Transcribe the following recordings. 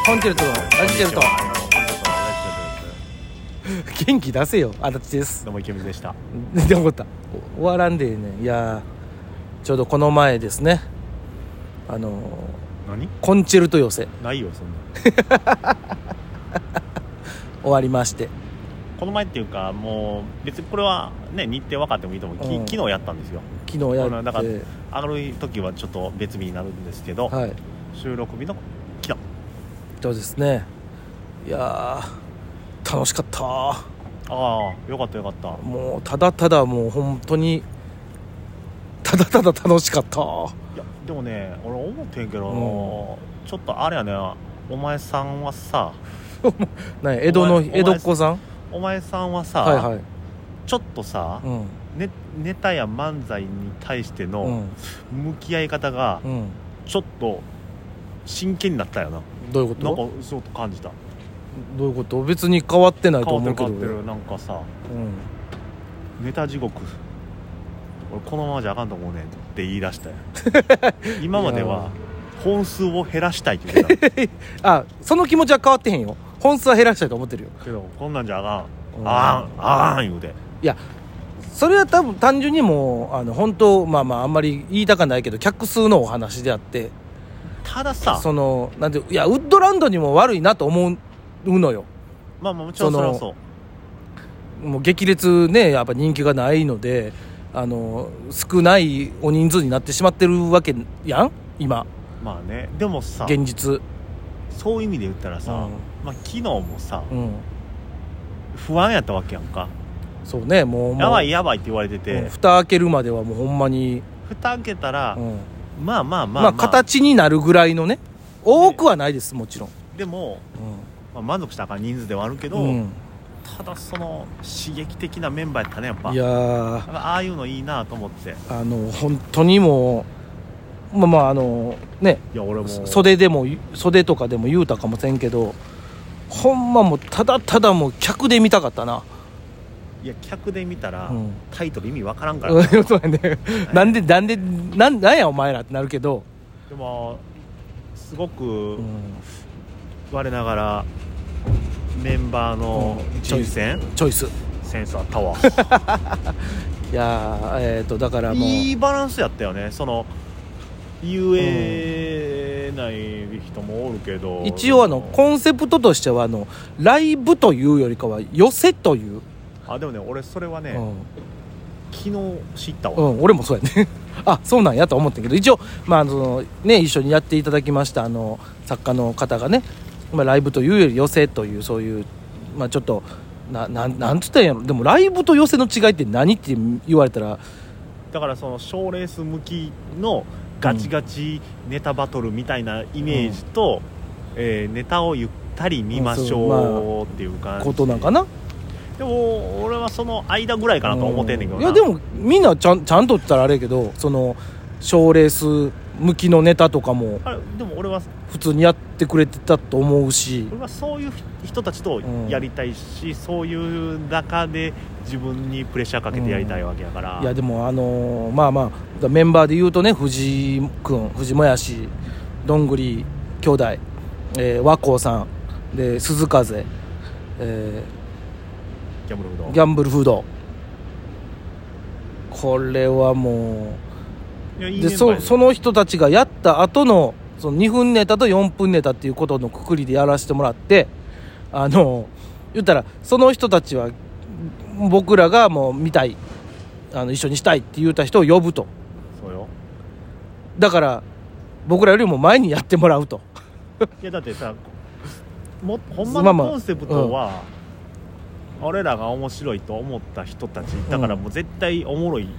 コンチェルトのラジチェルト元気出せよ。足立です。 どうも池水でした。 でも終わらんでね。いやちょうどこの前ですね、 何コンチェルト寄せないよそんな終わりまして、 この前っていうかもう別にこれはね日程分かってもいいと思う、昨日やったんですよ。 昨日やってだから上がる時はちょっと別日になるんですけど、 はい、 収録日の昨日そうですね。いや楽しかった。 ああよかったよかった。 もうただただもう本当にただただ楽しかった。 いやでもね俺思ってんけど、ちょっとあれやね、お前さんはさ何江戸っ子さん、 お前さんはさ、 はいはい、 ちょっとさ、ネタや漫才に対しての向き合い方がちょっと真剣になったよな。 どういうこと？ なんかそうと感じた。 どういうこと？別に変わってないと思うけど。 変わってるなんかさ、ネタ地獄俺このままじゃあかんと思うねんって言い出したよ今までは本数を減らしたいって言ってたあ、その気持ちは変わってへんよ。本数は減らしたいと思ってるよ。 けどこんなんじゃあかん言うて、 いやそれは多分単純にもう本当あんまり言いたかないけど客数のお話であって、 たださそのなんていやウッドランドにも悪いなと思うのよ。 まあもちろんそれはそう。 もう激烈ねやっぱ人気がないので少ないお人数になってしまってるわけやん今。 まあね、でもさ現実そういう意味で言ったらさ、昨日もさ、不安やったわけやんか。 そうね、もうやばいやばいって言われてて、 蓋開けるまではもうほんまに蓋開けたら、まあ形になるぐらいのね、多くはないですもちろん。 でも、満足したらあかん人数ではあるけど、ただその刺激的なメンバーやったねやっぱ。 いやああいうのいいなと思って、 本当にもうね、 いや俺も袖とかでも言うたかもせんけど、ほんまもうただただもう客で見たかったな。 いや客で見たら、タイトル意味わからんからなそうやねなんやお前らってなるけど、 でもすごく、我ながらメンバーの人選、 チョイスセンスあったわいやだからもういいバランスやったよね。その言えない人もおるけど、 一応コンセプトとしてはライブというよりかは寄せという。 でもね俺それはね、昨日知ったわ。 俺もそうやねあ、そうなんやと思ったけど、一応一緒にやっていただきました作家の方がね、ライブというより寄せという、そういうちょっとなんつったんやろ。でもライブと寄せの違いって何って言われたら、 だからその賞レース向きのガチガチネタバトルみたいなイメージと、ネタをゆったり見ましょうっていう感じ、 ことなんかな。 でも俺はその間ぐらいかなと思ってんねんけどな。 いやでもみんなちゃんと言ったらあれやけど、その賞レース向きのネタとかもでも俺は普通にやってくれてたと思うし、 俺はそういう人たちとやりたいし、そういう中で自分にプレッシャーかけてやりたいわけやから、 いやでもメンバーで言うとね、藤井君、藤もやし、どんぐり兄弟、和光さんで鈴風、 ギャンブルフード、これはもうでその人たちがやった後のその2分ネタと4分ネタっていうことのくくりでやらせてもらって、言ったらその人たちは僕らがもう見たい、一緒にしたいって言った人を呼ぶと。 そうよ。 だから僕らよりも前にやってもらうといやだってさ、ほんまのコンセプトは、俺らが面白いと思った人たちだから、もう絶対おもろい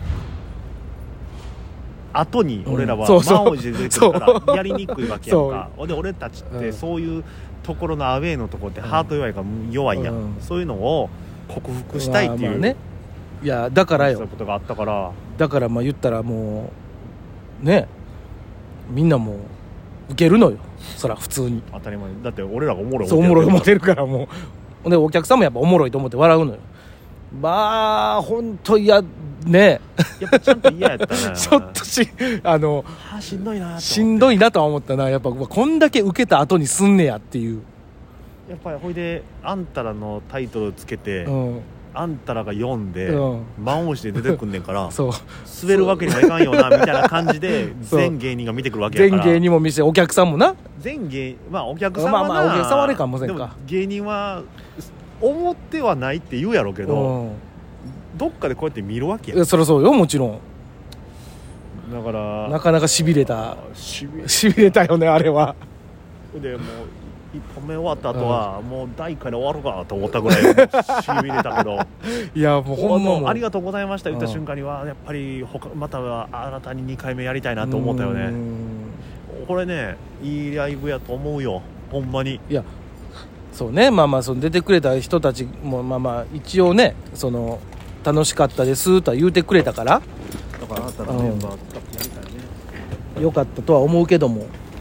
後に俺らは満を持して出てくるからやりにくいわけやんか。で俺たちってそういうところのアウェーのところってハート弱いから弱いやん、そういうのを克服したいっていう、 ね、いやだからよ、 そういうことがあったから、 だから言ったらもうね、みんなもう受けるのよ、そら普通に当たり前だって俺らがおもろい思ってるから、もうでお客さんもやっぱおもろいと思って笑うのよ。 まあ本当いやねやっぱちゃんと嫌やったなちょっとしんどいなしんどいなとは思ったな。やっぱこんだけ受けた後にすんねやっていう。 やっぱりほいであんたらのタイトルつけて、うん、あんたらが読んで、うん、満押しで出てくんねんからそう滑るわけにはいかんよなみたいな感じで全芸人が見てくるわけやから。 全芸人も見せお客さんもなまあお客さんはな、 まあお客さんはあれかもせんか。 でも芸人は思ってはないって言うやろうけど、うん、どっかでこうやって見るわけや。 そりゃそうよもちろん。 だからなかなかしびれたよねあれは。 でもう1本目終わった後は、もう第1回で終わるかと思ったぐらいしびれたけどいやもうほんまもありがとうございました言った瞬間にはやっぱりまた新たに2回目やりたいなと思ったよね。これねいいライブやと思うよほんまに。いやそうね、まあまあその出てくれた人たちもまあまあ一応ねその楽しかったですとは言うてくれたから、 だからあなたのメンバーやりたいね、 よかったとは思うけども、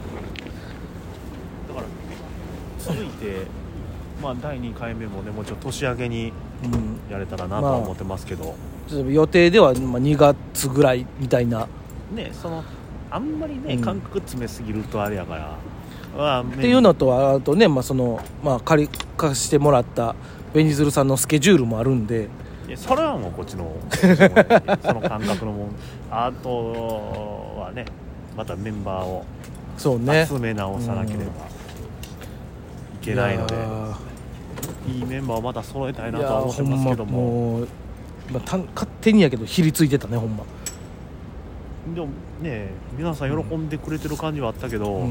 だから続いてまあ第2回目もねもうちょっと年明けにやれたらなとは思ってますけど、 まあ、予定では2月ぐらいみたいなね、そのあんまりね感覚詰めすぎるとあれやから、 っていうのとあとね、まあそのまあ、貸してもらったベニズルさんのスケジュールもあるんで、 いやそれはもうこっちのその感覚のもん。あとはねまたメンバーを集め直さなければいけないので、いいメンバーをまた揃えたいなとは思ってますけども、 まあ、勝手にやけどひりついてたねほんま。 でもね皆さん喜んでくれてる感じはあったけど、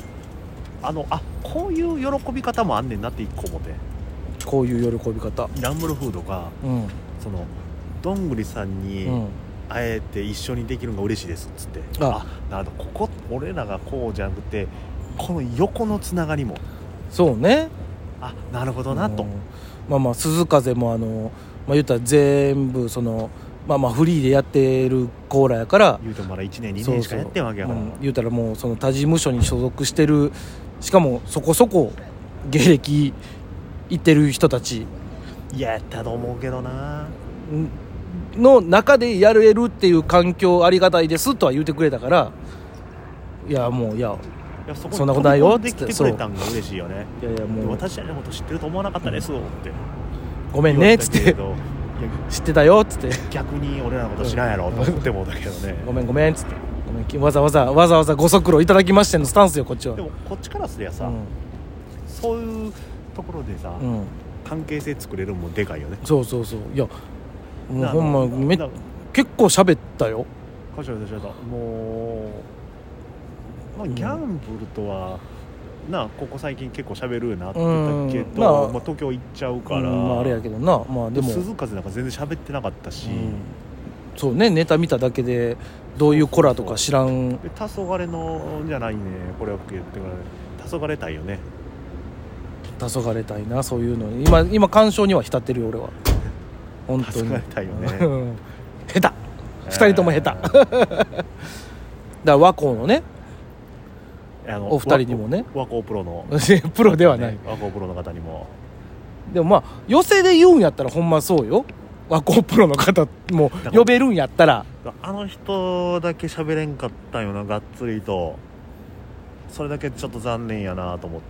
こういう喜び方もあんねんなって一個思って。 こういう喜び方、 ランブルフードが、そのどんぐりさんに会えて一緒にできるのが嬉しいですっつって、なるほどここ俺らがこうじゃなくてこの横のつながりもそうね、 なるほどなと、 まあまあ鈴風もまあ言ったら全部そのまあまあフリーでやってるコーラやから言うとまだ1年2年しかやってんわけやから、 言うたらもうその他事務所に所属してる、しかもそこそこ芸歴いってる人たちやったと思うけどなの中でやれるっていう環境ありがたいですとは言ってくれたから、いやもうそんなことないよってできてくれたんが嬉しいよね。 いやもう私たちのこと知ってると思わなかったですって、 ごめんねっつって知ってたよっつって逆に俺らのこと知らんやろと思ってもだけどねごめんっつって、ごめんわざわざご足労いただきましてのスタンスよこっちは。 でもこっちからすりゃさ、そういうところでさ、関係性作れるのもでかいよね。 そういやもうほんま結構喋ったよ。 もう、ギャンブルとはここ最近結構喋るようになってたけど、東京行っちゃうから、 あれやけどな、でも鈴風なんか全然喋ってなかったし、 そうね、ネタ見ただけでどういうコラとか知らん。 黄昏のじゃないね、これを言ってから黄昏たいよね。 黄昏たいな、そういうの今感傷には浸ってるよ俺は本当に。 黄昏たいよね下手、2人とも下手だから和光のねお二人にもね、 和光プロのプロではない、 和光プロの方にも。 でもまあ寄席で言うんやったらほんまそうよ、和光プロの方も呼べるんやったら。 あの人だけ喋れんかったよな、がっつりと。それだけちょっと残念やなと思って。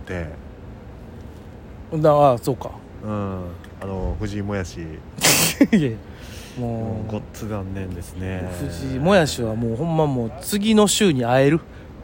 そうか、 藤井もやしいやもうごっつ残念ですね。 藤井もやしはもうほんまもう次の週に会える。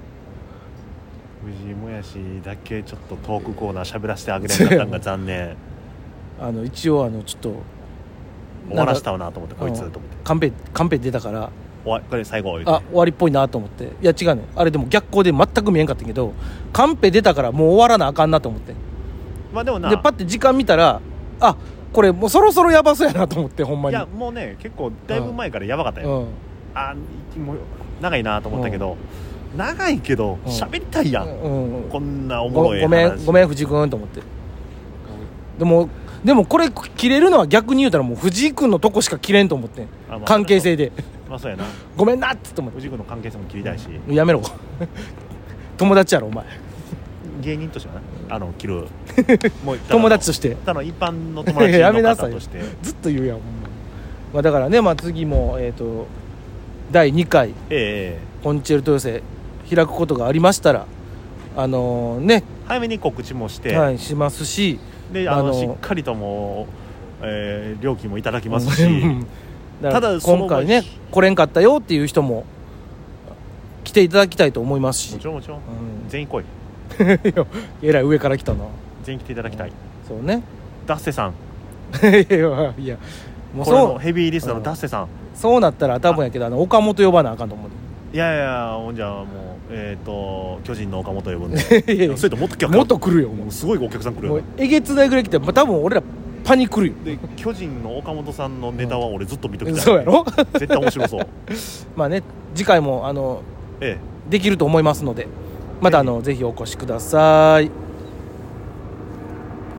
藤井もやしだけちょっとトークコーナー喋らせてあげれなかったのが残念一応ちょっと終わらしたわなと思って、こいつと思ってカンペ出たからこれ最後終わりっぽいなと思って、いや違うね、あれでも逆光で全く見えんかったけどカンペ出たからもう終わらなあかんなと思って、 でもなでパッて時間見たらこれもうそろそろやばそうやなと思って、ほんまに。 いやもうね結構だいぶ前からやばかったよ、もう長いなと思ったけど、長いけど喋りたいやん、こんなおもろい話。 ごめん藤井君と思って、でもこれ切れるのは逆に言うたらもう藤井君のとこしか切れんと思ってん、関係性で。 そうやな、 ごめんなっつって思って、 藤井君の関係性も切りたいし、 やめろ友達やろお前。 芸人としては着るもう友達としてただの一般の友達の方としてずっと言うやん、まあ、だからね、まあ、次も、第2回、コンチェルト寄せ開くことがありましたらね早めに告知もして、 はい、しますしでしっかりとも料金もいただきますしただ今回ね来れんかったよっていう人も来ていただきたいと思いますし、 もちろんもちろん、全員来いえらい上から来たな。 全員来ていただきたい、 そうね、 ダッセさんいやもうこれのヘビーリスナーのダッセさん、 そうなったら多分やけど岡本呼ばなあかんと思う。 いやいやほんじゃもう巨人の岡本呼ぶんでそれともっと来るよ、もうすごいお客さん来るよ、 もうえげつないぐらい来て、まあ、多分俺らパニクるよ。 で巨人の岡本さんのネタは俺ずっと見ときたい、 そうやろ絶対面白そうまあね次回もできると思いますので、またぜひお越しください。